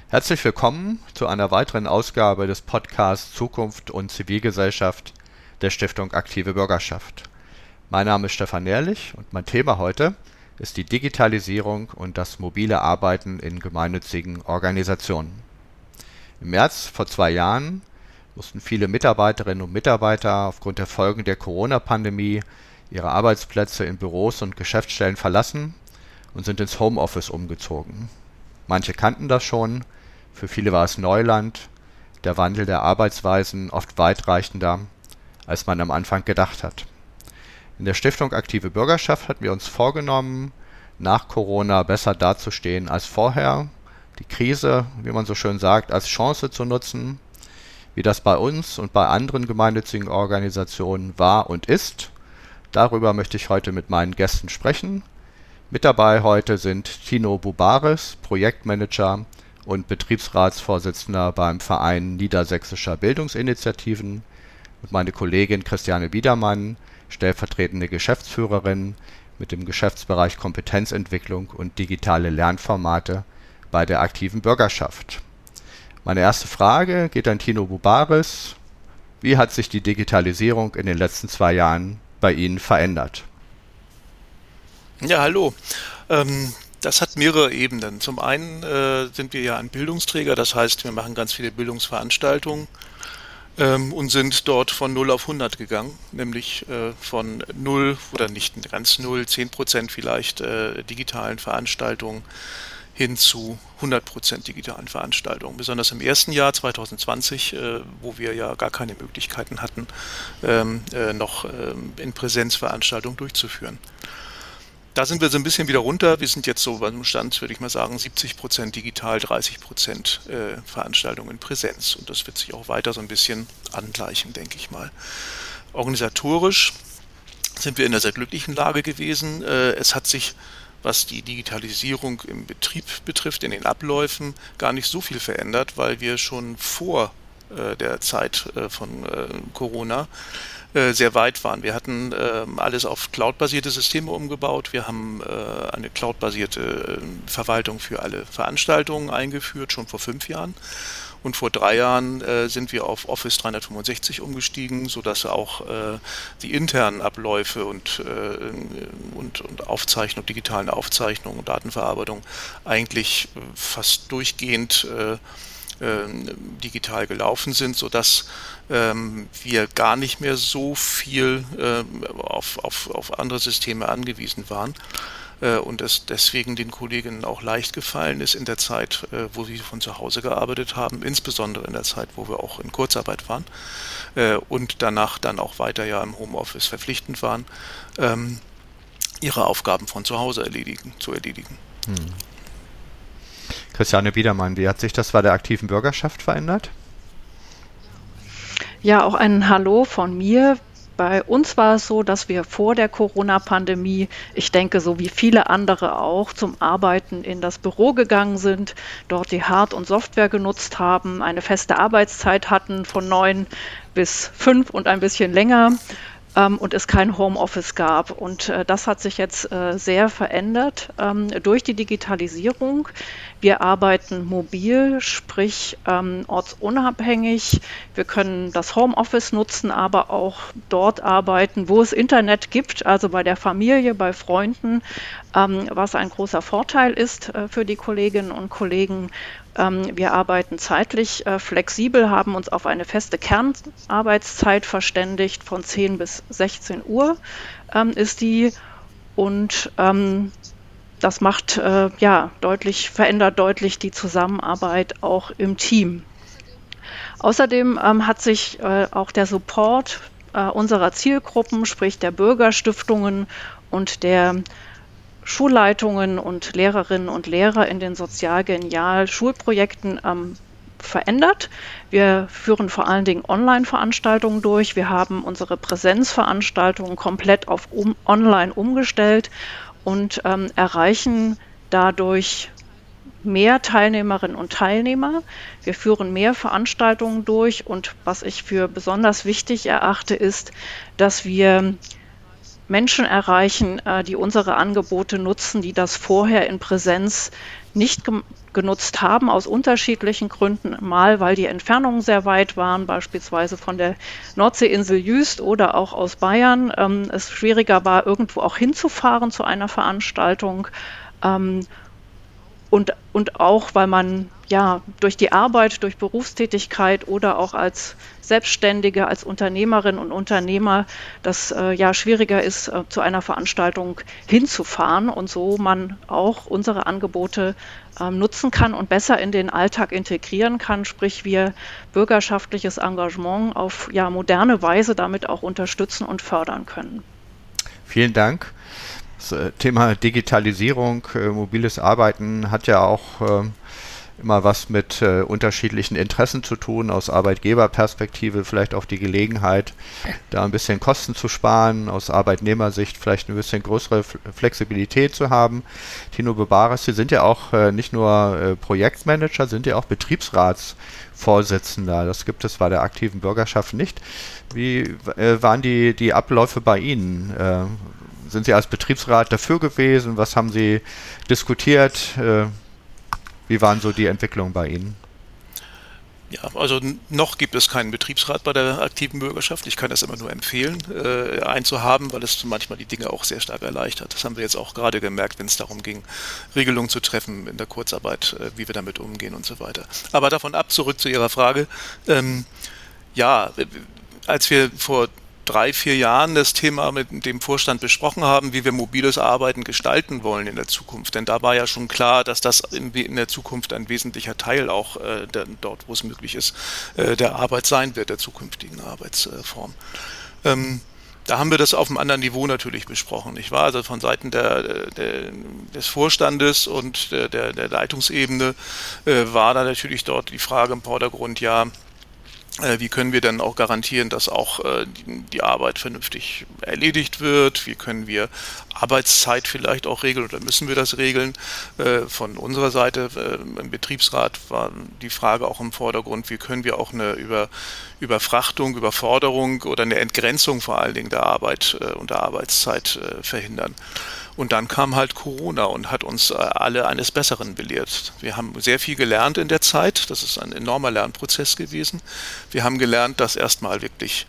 Herzlich willkommen zu einer weiteren Ausgabe des Podcasts Zukunft und Zivilgesellschaft der Stiftung Aktive Bürgerschaft. Mein Name ist Stefan Nährlich und mein Thema heute ist die Digitalisierung und das mobile Arbeiten in gemeinnützigen Organisationen. Im März vor 2 Jahren mussten viele Mitarbeiterinnen und Mitarbeiter aufgrund der Folgen der Corona-Pandemie ihre Arbeitsplätze in Büros und Geschäftsstellen verlassen und sind ins Homeoffice umgezogen. Manche kannten das schon, für viele war es Neuland, der Wandel der Arbeitsweisen oft weitreichender, als man am Anfang gedacht hat. In der Stiftung Aktive Bürgerschaft hatten wir uns vorgenommen, nach Corona besser dazustehen als vorher, die Krise, wie man so schön sagt, als Chance zu nutzen. Wie das bei uns und bei anderen gemeinnützigen Organisationen war und ist, darüber möchte ich heute mit meinen Gästen sprechen. Mit dabei heute sind Tino Bubaris, Projektmanager und Betriebsratsvorsitzender beim Verein Niedersächsischer Bildungsinitiativen, und meine Kollegin Christiane Biedermann, stellvertretende Geschäftsführerin mit dem Geschäftsbereich Kompetenzentwicklung und digitale Lernformate bei der Aktiven Bürgerschaft. Meine erste Frage geht an Tino Bubaris. Wie hat sich die Digitalisierung in den letzten 2 Jahren bei Ihnen verändert? Ja, hallo. Das hat mehrere Ebenen. Zum einen sind wir ja ein Bildungsträger, das heißt, wir machen ganz viele Bildungsveranstaltungen und sind dort von 0 auf 100 gegangen, nämlich von 0 oder nicht ganz 0, 10% vielleicht digitalen Veranstaltungen hin zu 100% digitalen Veranstaltungen. Besonders im ersten Jahr 2020, wo wir ja gar keine Möglichkeiten hatten, noch in Präsenzveranstaltungen durchzuführen. Da sind wir so ein bisschen wieder runter. Wir sind jetzt so beim Stand, würde ich mal sagen, 70% digital, 30% Veranstaltungen in Präsenz. Und das wird sich auch weiter so ein bisschen angleichen, denke ich mal. Organisatorisch sind wir in einer sehr glücklichen Lage gewesen. Es hat sich, was die Digitalisierung im Betrieb betrifft, in den Abläufen, gar nicht so viel verändert, weil wir schon vor der Zeit von Corona sehr weit waren. Wir hatten alles auf cloud-basierte Systeme umgebaut. Wir haben eine cloud-basierte Verwaltung für alle Veranstaltungen eingeführt, schon vor 5 Jahren. Und vor 3 Jahren sind wir auf Office 365 umgestiegen, sodass auch die internen Abläufe und Aufzeichnung, digitalen Aufzeichnungen und Datenverarbeitung eigentlich fast durchgehend digital gelaufen sind, sodass wir gar nicht mehr so viel auf andere Systeme angewiesen waren und es deswegen den Kolleginnen auch leicht gefallen ist in der Zeit, wo sie von zu Hause gearbeitet haben, insbesondere in der Zeit, wo wir auch in Kurzarbeit waren und danach dann auch weiter ja im Homeoffice verpflichtend waren, ihre Aufgaben von zu Hause zu erledigen. Christiane Biedermann, wie hat sich das bei der Aktiven Bürgerschaft verändert? Ja, auch ein Hallo von mir. Bei uns war es so, dass wir vor der Corona-Pandemie, ich denke, so wie viele andere auch, zum Arbeiten in das Büro gegangen sind, dort die Hard- und Software genutzt haben, eine feste Arbeitszeit hatten von 9 bis 5 und ein bisschen länger. Und es kein Homeoffice gab. Und das hat sich jetzt sehr verändert durch die Digitalisierung. Wir arbeiten mobil, sprich ortsunabhängig. Wir können das Homeoffice nutzen, aber auch dort arbeiten, wo es Internet gibt, also bei der Familie, bei Freunden, was ein großer Vorteil ist für die Kolleginnen und Kollegen. Wir arbeiten zeitlich flexibel, haben uns auf eine feste Kernarbeitszeit verständigt, von 10 bis 16 Uhr ist die, und das macht verändert deutlich die Zusammenarbeit auch im Team. Außerdem hat sich auch der Support unserer Zielgruppen, sprich der Bürgerstiftungen und der Schulleitungen und Lehrerinnen und Lehrer in den sozial genial Schulprojekten verändert. Wir führen vor allen Dingen Online-Veranstaltungen durch. Wir haben unsere Präsenzveranstaltungen komplett auf online umgestellt und erreichen dadurch mehr Teilnehmerinnen und Teilnehmer. Wir führen mehr Veranstaltungen durch, und was ich für besonders wichtig erachte, ist, dass wir Menschen erreichen, die unsere Angebote nutzen, die das vorher in Präsenz nicht genutzt haben, aus unterschiedlichen Gründen. Mal, weil die Entfernungen sehr weit waren, beispielsweise von der Nordseeinsel Jüst oder auch aus Bayern. Es schwieriger war, irgendwo auch hinzufahren zu einer Veranstaltung. Und auch, weil man ja durch die Arbeit, durch Berufstätigkeit oder auch als Selbstständige, als Unternehmerin und Unternehmer, das ja schwieriger ist, zu einer Veranstaltung hinzufahren und so man auch unsere Angebote nutzen kann und besser in den Alltag integrieren kann, sprich wir bürgerschaftliches Engagement auf ja moderne Weise damit auch unterstützen und fördern können. Vielen Dank. Das Thema Digitalisierung, mobiles Arbeiten hat ja auch immer was mit unterschiedlichen Interessen zu tun, aus Arbeitgeberperspektive vielleicht auch die Gelegenheit, da ein bisschen Kosten zu sparen, aus Arbeitnehmersicht vielleicht ein bisschen größere Flexibilität zu haben. Tino Bebares, Sie sind ja auch nicht nur Projektmanager, sind ja auch Betriebsratsvorsitzender. Das gibt es bei der aktiven Bürgerschaft nicht. Wie waren die Abläufe bei Ihnen? Sind Sie als Betriebsrat dafür gewesen? Was haben Sie diskutiert? Wie waren so die Entwicklungen bei Ihnen? Ja, also noch gibt es keinen Betriebsrat bei der aktiven Bürgerschaft. Ich kann das immer nur empfehlen, einen zu haben, weil es manchmal die Dinge auch sehr stark erleichtert. Das haben wir jetzt auch gerade gemerkt, wenn es darum ging, Regelungen zu treffen in der Kurzarbeit, wie wir damit umgehen und so weiter. Aber davon ab, zurück zu Ihrer Frage. Ja, als wir vor 3-4 Jahren das Thema mit dem Vorstand besprochen haben, wie wir mobiles Arbeiten gestalten wollen in der Zukunft. Denn da war ja schon klar, dass das in der Zukunft ein wesentlicher Teil auch dort, wo es möglich ist, der Arbeit sein wird, der zukünftigen Arbeitsform. Da haben wir das auf einem anderen Niveau natürlich besprochen, nicht wahr? Also von Seiten des Vorstandes und der Leitungsebene war da natürlich dort die Frage im Vordergrund, ja, wie können wir denn auch garantieren, dass auch die Arbeit vernünftig erledigt wird? Wie können wir Arbeitszeit vielleicht auch regeln oder müssen wir das regeln? Von unserer Seite im Betriebsrat war die Frage auch im Vordergrund, wie können wir auch eine Überfrachtung, Überforderung oder eine Entgrenzung vor allen Dingen der Arbeit und der Arbeitszeit verhindern. Und dann kam halt Corona und hat uns alle eines Besseren belehrt. Wir haben sehr viel gelernt in der Zeit. Das ist ein enormer Lernprozess gewesen. Wir haben gelernt, dass erstmal wirklich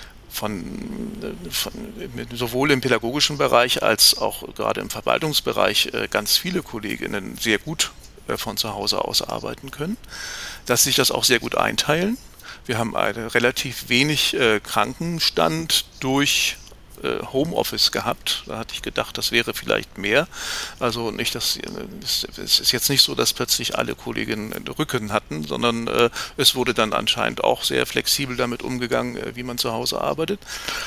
sowohl im pädagogischen Bereich als auch gerade im Verwaltungsbereich ganz viele Kolleginnen sehr gut von zu Hause aus arbeiten können, dass sich das auch sehr gut einteilen. Wir haben relativ wenig Krankenstand durch Homeoffice gehabt. Da hatte ich gedacht, das wäre vielleicht mehr. Also nicht, es ist jetzt nicht so, dass plötzlich alle Kolleginnen Rücken hatten, sondern es wurde dann anscheinend auch sehr flexibel damit umgegangen, wie man zu Hause arbeitet.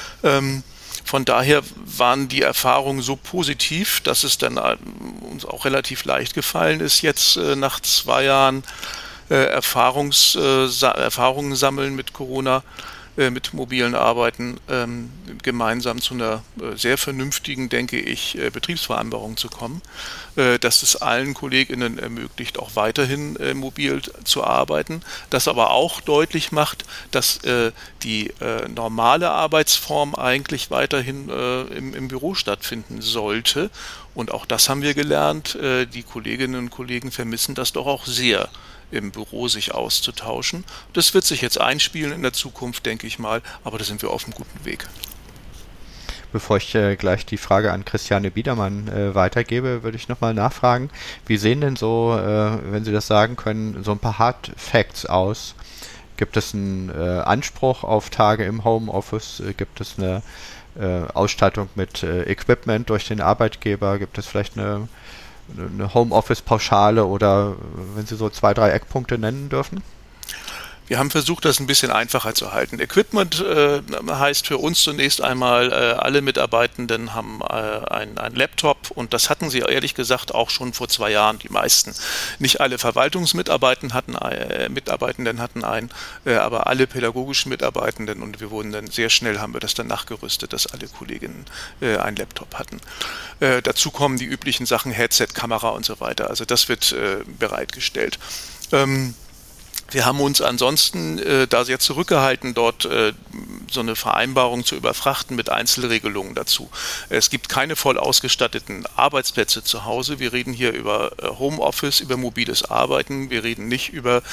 Von daher waren die Erfahrungen so positiv, dass es dann uns auch relativ leicht gefallen ist, jetzt nach 2 Jahren Erfahrungen sammeln mit Corona, mit mobilen Arbeiten gemeinsam zu einer sehr vernünftigen, denke ich, Betriebsvereinbarung zu kommen, dass es allen KollegInnen ermöglicht, auch weiterhin mobil zu arbeiten, das aber auch deutlich macht, dass die normale Arbeitsform eigentlich weiterhin im Büro stattfinden sollte. Und auch das haben wir gelernt. Die Kolleginnen und Kollegen vermissen das doch auch sehr, im Büro sich auszutauschen. Das wird sich jetzt einspielen in der Zukunft, denke ich mal, aber da sind wir auf einem guten Weg. Bevor ich gleich die Frage an Christiane Biedermann weitergebe, würde ich nochmal nachfragen, wie sehen denn so, wenn Sie das sagen können, so ein paar Hard Facts aus? Gibt es einen Anspruch auf Tage im Homeoffice? Gibt es eine Ausstattung mit Equipment durch den Arbeitgeber? Gibt es vielleicht eine Homeoffice-Pauschale oder wenn Sie so 2, 3 Eckpunkte nennen dürfen? Wir haben versucht, das ein bisschen einfacher zu halten. Equipment heißt für uns zunächst einmal, alle Mitarbeitenden haben ein Laptop und das hatten sie ehrlich gesagt auch schon vor 2 Jahren, die meisten. Nicht alle Verwaltungsmitarbeitenden hatten einen, aber alle pädagogischen Mitarbeitenden und wir wurden dann sehr schnell, haben wir das dann nachgerüstet, dass alle Kolleginnen einen Laptop hatten. Dazu kommen die üblichen Sachen, Headset, Kamera und so weiter. Also das wird bereitgestellt. Wir haben uns ansonsten da sehr zurückgehalten, dort so eine Vereinbarung zu überfrachten mit Einzelregelungen dazu. Es gibt keine voll ausgestatteten Arbeitsplätze zu Hause. Wir reden hier über Homeoffice, über mobiles Arbeiten. Wir reden nicht über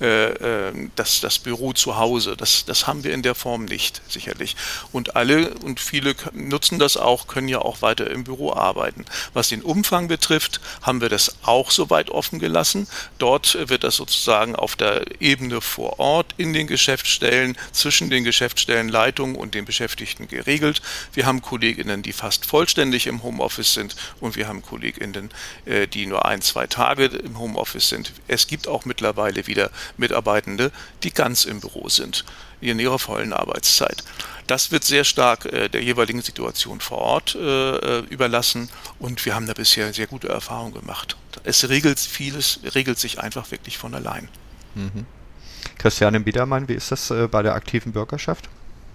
das Büro zu Hause. Das haben wir in der Form nicht, sicherlich. Und viele nutzen das auch, können ja auch weiter im Büro arbeiten. Was den Umfang betrifft, haben wir das auch soweit offen gelassen. Dort wird das sozusagen auf der Ebene vor Ort in den Geschäftsstellen, zwischen den Geschäftsstellenleitungen und den Beschäftigten geregelt. Wir haben KollegInnen, die fast vollständig im Homeoffice sind, und wir haben KollegInnen, die nur 1-2 Tage im Homeoffice sind. Es gibt auch mittlerweile wieder Mitarbeitende, die ganz im Büro sind, in ihrer vollen Arbeitszeit. Das wird sehr stark der jeweiligen Situation vor Ort überlassen, und wir haben da bisher sehr gute Erfahrungen gemacht. Vieles regelt sich einfach wirklich von allein. Mhm. Christiane Biedermann, wie ist das bei der aktiven Bürgerschaft?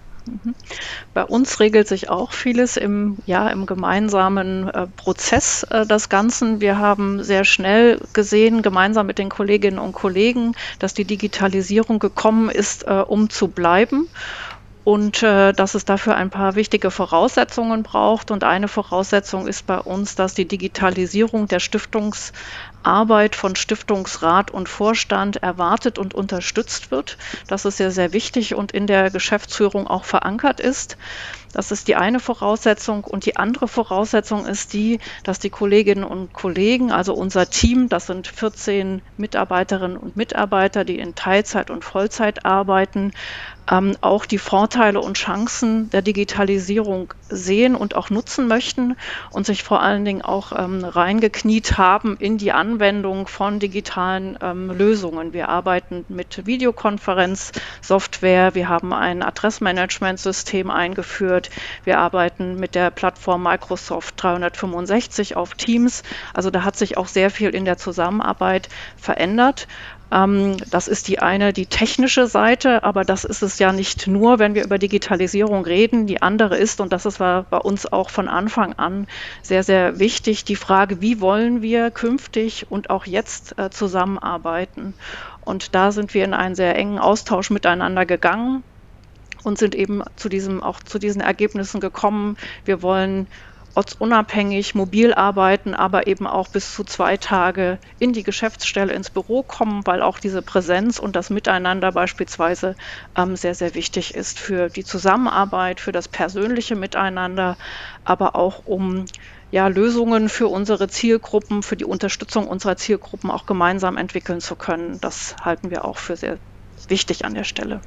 Bei uns regelt sich auch vieles im gemeinsamen Prozess des Ganzen. Wir haben sehr schnell gesehen, gemeinsam mit den Kolleginnen und Kollegen, dass die Digitalisierung gekommen ist, um zu bleiben. Und dass es dafür ein paar wichtige Voraussetzungen braucht. Und eine Voraussetzung ist bei uns, dass die Digitalisierung der Stiftungsarbeit von Stiftungsrat und Vorstand erwartet und unterstützt wird. Das ist sehr, sehr wichtig und in der Geschäftsführung auch verankert ist. Das ist die eine Voraussetzung. Und die andere Voraussetzung ist die, dass die Kolleginnen und Kollegen, also unser Team, das sind 14 Mitarbeiterinnen und Mitarbeiter, die in Teilzeit und Vollzeit arbeiten, auch die Vorteile und Chancen der Digitalisierung sehen und auch nutzen möchten und sich vor allen Dingen auch reingekniet haben in die Anwendung von digitalen Lösungen. Wir arbeiten mit Videokonferenzsoftware, wir haben ein Adressmanagementsystem eingeführt, wir arbeiten mit der Plattform Microsoft 365 auf Teams. Also da hat sich auch sehr viel in der Zusammenarbeit verändert. Das ist die technische Seite, aber das ist es ja nicht nur, wenn wir über Digitalisierung reden. Die andere ist, und das war bei uns auch von Anfang an sehr, sehr wichtig, die Frage, wie wollen wir künftig und auch jetzt zusammenarbeiten? Und da sind wir in einen sehr engen Austausch miteinander gegangen und sind eben zu diesen Ergebnissen gekommen. Wir wollen ortsunabhängig, mobil arbeiten, aber eben auch bis zu 2 Tage in die Geschäftsstelle ins Büro kommen, weil auch diese Präsenz und das Miteinander beispielsweise sehr, sehr wichtig ist für die Zusammenarbeit, für das persönliche Miteinander, aber auch um Lösungen für unsere Zielgruppen, für die Unterstützung unserer Zielgruppen auch gemeinsam entwickeln zu können. Das halten wir auch für sehr wichtig an der Stelle.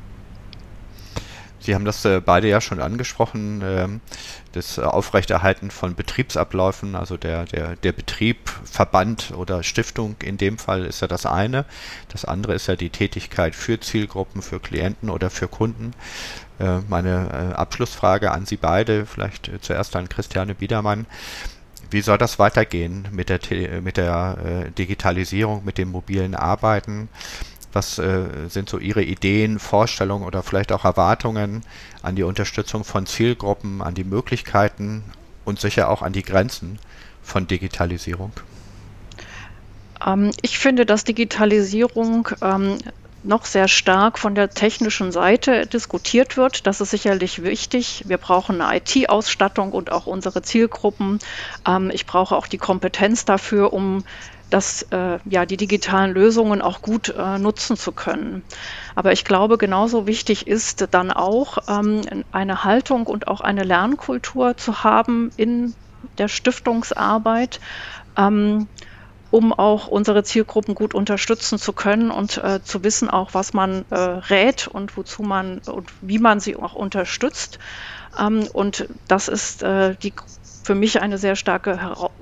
Sie haben das beide ja schon angesprochen, das Aufrechterhalten von Betriebsabläufen, also der Betrieb, Verband oder Stiftung in dem Fall ist ja das eine. Das andere ist ja die Tätigkeit für Zielgruppen, für Klienten oder für Kunden. Meine Abschlussfrage an Sie beide, vielleicht zuerst an Christiane Biedermann. Wie soll das weitergehen mit der Digitalisierung, mit dem mobilen Arbeiten? Was sind so Ihre Ideen, Vorstellungen oder vielleicht auch Erwartungen an die Unterstützung von Zielgruppen, an die Möglichkeiten und sicher auch an die Grenzen von Digitalisierung? Ich finde, dass Digitalisierung noch sehr stark von der technischen Seite diskutiert wird. Das ist sicherlich wichtig. Wir brauchen eine IT-Ausstattung und auch unsere Zielgruppen. Ich brauche auch die Kompetenz dafür, um die digitalen Lösungen auch gut nutzen zu können. Aber ich glaube, genauso wichtig ist dann auch eine Haltung und auch eine Lernkultur zu haben in der Stiftungsarbeit, um auch unsere Zielgruppen gut unterstützen zu können und zu wissen auch, was man rät und wozu man und wie man sie auch unterstützt. Und das ist für mich eine sehr starke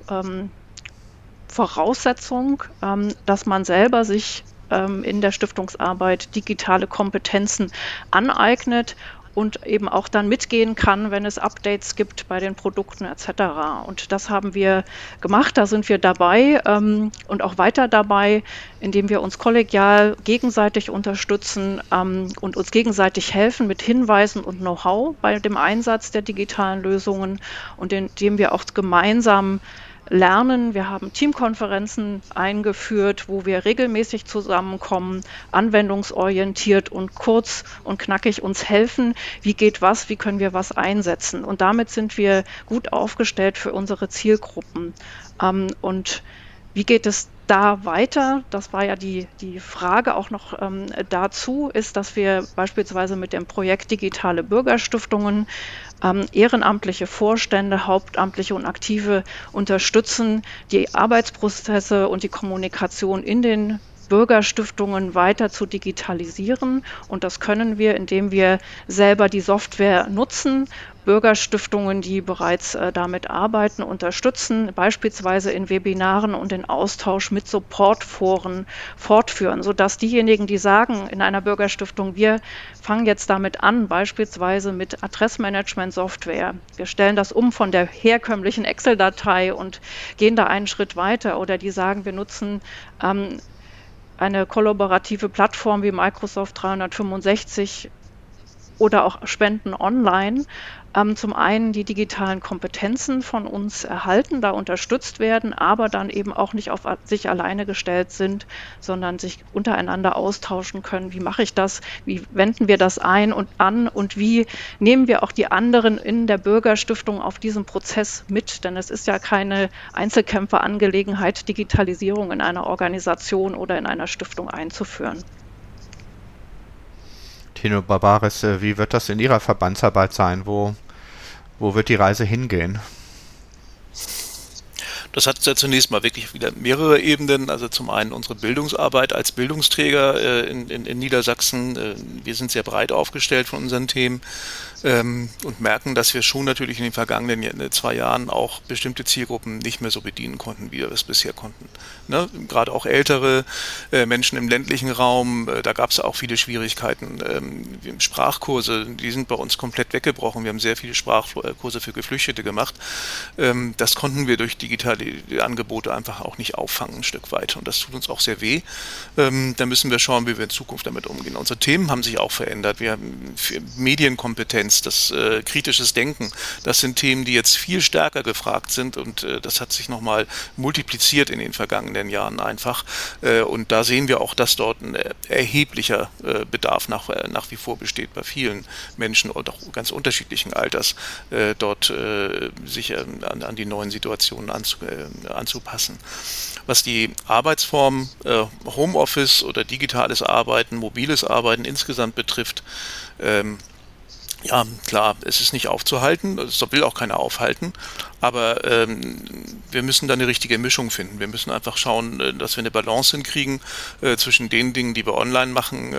Voraussetzung, dass man selber sich in der Stiftungsarbeit digitale Kompetenzen aneignet und eben auch dann mitgehen kann, wenn es Updates gibt bei den Produkten etc. Und das haben wir gemacht, da sind wir dabei und auch weiter dabei, indem wir uns kollegial gegenseitig unterstützen und uns gegenseitig helfen mit Hinweisen und Know-how bei dem Einsatz der digitalen Lösungen und indem wir auch gemeinsam lernen. Wir haben Teamkonferenzen eingeführt, wo wir regelmäßig zusammenkommen, anwendungsorientiert und kurz und knackig uns helfen. Wie geht was? Wie können wir was einsetzen? Und damit sind wir gut aufgestellt für unsere Zielgruppen. Und wie geht es da weiter? Das war ja die Frage auch noch dazu, ist, dass wir beispielsweise mit dem Projekt Digitale Bürgerstiftungen ehrenamtliche Vorstände, Hauptamtliche und Aktive unterstützen, die Arbeitsprozesse und die Kommunikation in den Bürgerstiftungen weiter zu digitalisieren. Und das können wir, indem wir selber die Software nutzen, Bürgerstiftungen, die bereits damit arbeiten, unterstützen, beispielsweise in Webinaren und in Austausch mit Supportforen fortführen, sodass diejenigen, die sagen in einer Bürgerstiftung, wir fangen jetzt damit an, beispielsweise mit Adressmanagement-Software, wir stellen das um von der herkömmlichen Excel-Datei und gehen da einen Schritt weiter, oder die sagen, wir nutzen eine kollaborative Plattform wie Microsoft 365 oder auch Spenden online, zum einen die digitalen Kompetenzen von uns erhalten, da unterstützt werden, aber dann eben auch nicht auf sich alleine gestellt sind, sondern sich untereinander austauschen können. Wie mache ich das? Wie wenden wir das ein und an? Und wie nehmen wir auch die anderen in der Bürgerstiftung auf diesen Prozess mit? Denn es ist ja keine Einzelkämpferangelegenheit, Digitalisierung in einer Organisation oder in einer Stiftung einzuführen. Tino Barbares, wie wird das in Ihrer Verbandsarbeit sein? Wo wird die Reise hingehen? Das hat ja zunächst mal wirklich wieder mehrere Ebenen. Also zum einen unsere Bildungsarbeit als Bildungsträger in Niedersachsen. Wir sind sehr breit aufgestellt von unseren Themen und merken, dass wir schon natürlich in den vergangenen 2 Jahren auch bestimmte Zielgruppen nicht mehr so bedienen konnten, wie wir es bisher konnten. Ne? Gerade auch ältere Menschen im ländlichen Raum, da gab es auch viele Schwierigkeiten. Sprachkurse, die sind bei uns komplett weggebrochen. Wir haben sehr viele Sprachkurse für Geflüchtete gemacht. Das konnten wir durch digitale Angebote einfach auch nicht auffangen, ein Stück weit. Und das tut uns auch sehr weh. Da müssen wir schauen, wie wir in Zukunft damit umgehen. Unsere Themen haben sich auch verändert. Wir haben Medienkompetenz, das kritisches Denken. Das sind Themen, die jetzt viel stärker gefragt sind, und das hat sich nochmal multipliziert in den vergangenen Jahren einfach. Und da sehen wir auch, dass dort ein erheblicher Bedarf nach wie vor besteht bei vielen Menschen und auch ganz unterschiedlichen Alters, dort sich an die neuen Situationen anzupassen. Was die Arbeitsform Homeoffice oder digitales Arbeiten, mobiles Arbeiten insgesamt betrifft, ja, klar, es ist nicht aufzuhalten, es will auch keiner aufhalten, aber wir müssen da eine richtige Mischung finden. Wir müssen einfach schauen, dass wir eine Balance hinkriegen zwischen den Dingen, die wir online machen,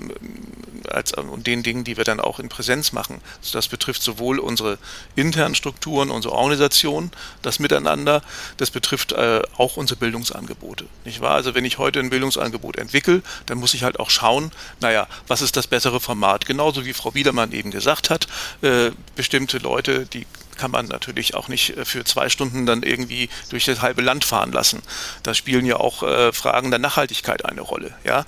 und den Dingen, die wir dann auch in Präsenz machen. Also das betrifft sowohl unsere internen Strukturen, unsere Organisation, das Miteinander, das betrifft auch unsere Bildungsangebote. Nicht wahr? Also wenn ich heute ein Bildungsangebot entwickle, dann muss ich halt auch schauen, naja, was ist das bessere Format? Genauso wie Frau Biedermann eben gesagt hat, bestimmte Leute, die kann man natürlich auch nicht für 2 Stunden dann irgendwie durch das halbe Land fahren lassen. Da spielen ja auch Fragen der Nachhaltigkeit eine Rolle. Ja?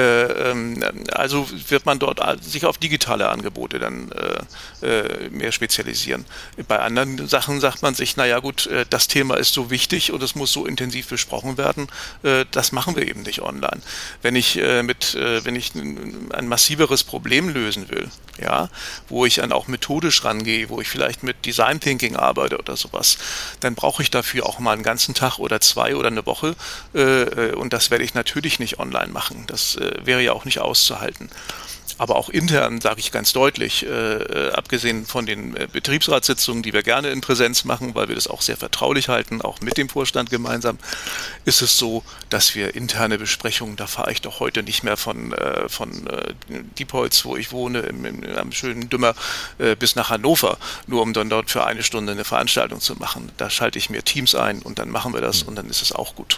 Also wird man dort sich auf digitale Angebote dann mehr spezialisieren. Bei anderen Sachen sagt man sich, naja gut, das Thema ist so wichtig und es muss so intensiv besprochen werden, das machen wir eben nicht online. Wenn ich ein massiveres Problem lösen will, ja, wo ich dann auch methodisch rangehe, wo ich vielleicht mit Design Thinking arbeite oder sowas, dann brauche ich dafür auch mal einen ganzen Tag oder 2 oder eine Woche, und das werde ich natürlich nicht online machen. Das wäre ja auch nicht auszuhalten. Aber auch intern sage ich ganz deutlich, abgesehen von den Betriebsratssitzungen, die wir gerne in Präsenz machen, weil wir das auch sehr vertraulich halten, auch mit dem Vorstand gemeinsam, ist es so, dass wir interne Besprechungen, da fahre ich doch heute nicht mehr von Diepholz, wo ich wohne, am schönen Dümmer, bis nach Hannover, nur um dann dort für 1 Stunde eine Veranstaltung zu machen. Da schalte ich mir Teams ein und dann machen wir das und dann ist es auch gut.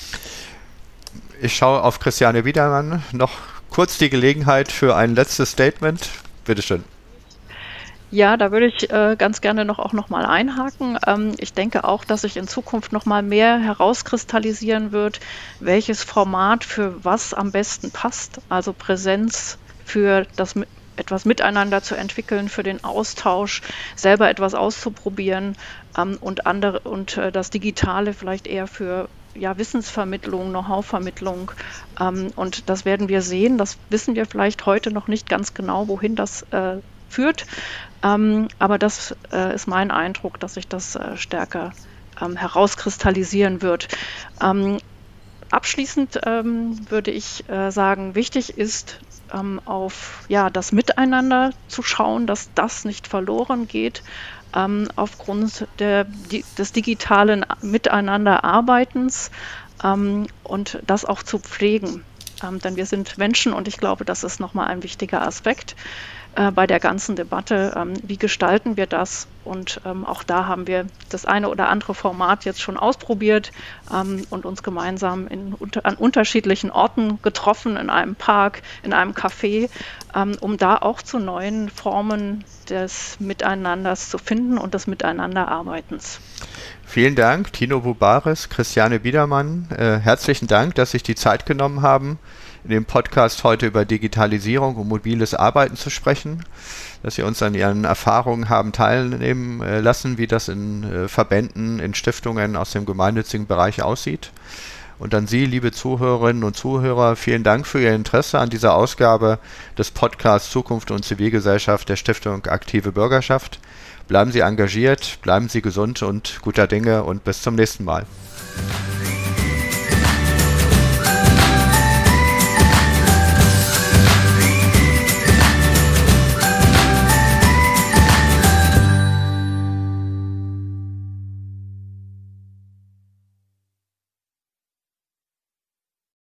Ich schaue auf Christiane Biedermann. Noch kurz die Gelegenheit für ein letztes Statement. Bitte schön. Ja, da würde ich ganz gerne noch mal einhaken. Ich denke auch, dass sich in Zukunft noch mal mehr herauskristallisieren wird, welches Format für was am besten passt. Also Präsenz für das etwas miteinander zu entwickeln, für den Austausch, selber etwas auszuprobieren und das Digitale vielleicht eher für Wissensvermittlung, Know-how-Vermittlung. Und das werden wir sehen. Das wissen wir vielleicht heute noch nicht ganz genau, wohin das führt. Aber das ist mein Eindruck, dass sich das stärker herauskristallisieren wird. Abschließend würde ich sagen, wichtig ist, auf das Miteinander zu schauen, dass das nicht verloren geht, aufgrund des digitalen Miteinanderarbeitens und das auch zu pflegen. Denn wir sind Menschen und ich glaube, das ist nochmal ein wichtiger Aspekt bei der ganzen Debatte. Wie gestalten wir das? Und auch da haben wir das eine oder andere Format jetzt schon ausprobiert und uns gemeinsam an unterschiedlichen Orten getroffen, in einem Park, in einem Café, um da auch zu neuen Formen des Miteinanders zu finden und des Miteinanderarbeitens. Vielen Dank, Tino Bubaris, Christiane Biedermann. Herzlichen Dank, dass Sie sich die Zeit genommen haben, in dem Podcast heute über Digitalisierung und mobiles Arbeiten zu sprechen, dass Sie uns an Ihren Erfahrungen haben teilnehmen lassen, wie das in Verbänden, in Stiftungen aus dem gemeinnützigen Bereich aussieht. Und an Sie, liebe Zuhörerinnen und Zuhörer, vielen Dank für Ihr Interesse an dieser Ausgabe des Podcasts Zukunft und Zivilgesellschaft der Stiftung Aktive Bürgerschaft. Bleiben Sie engagiert, bleiben Sie gesund und guter Dinge und bis zum nächsten Mal.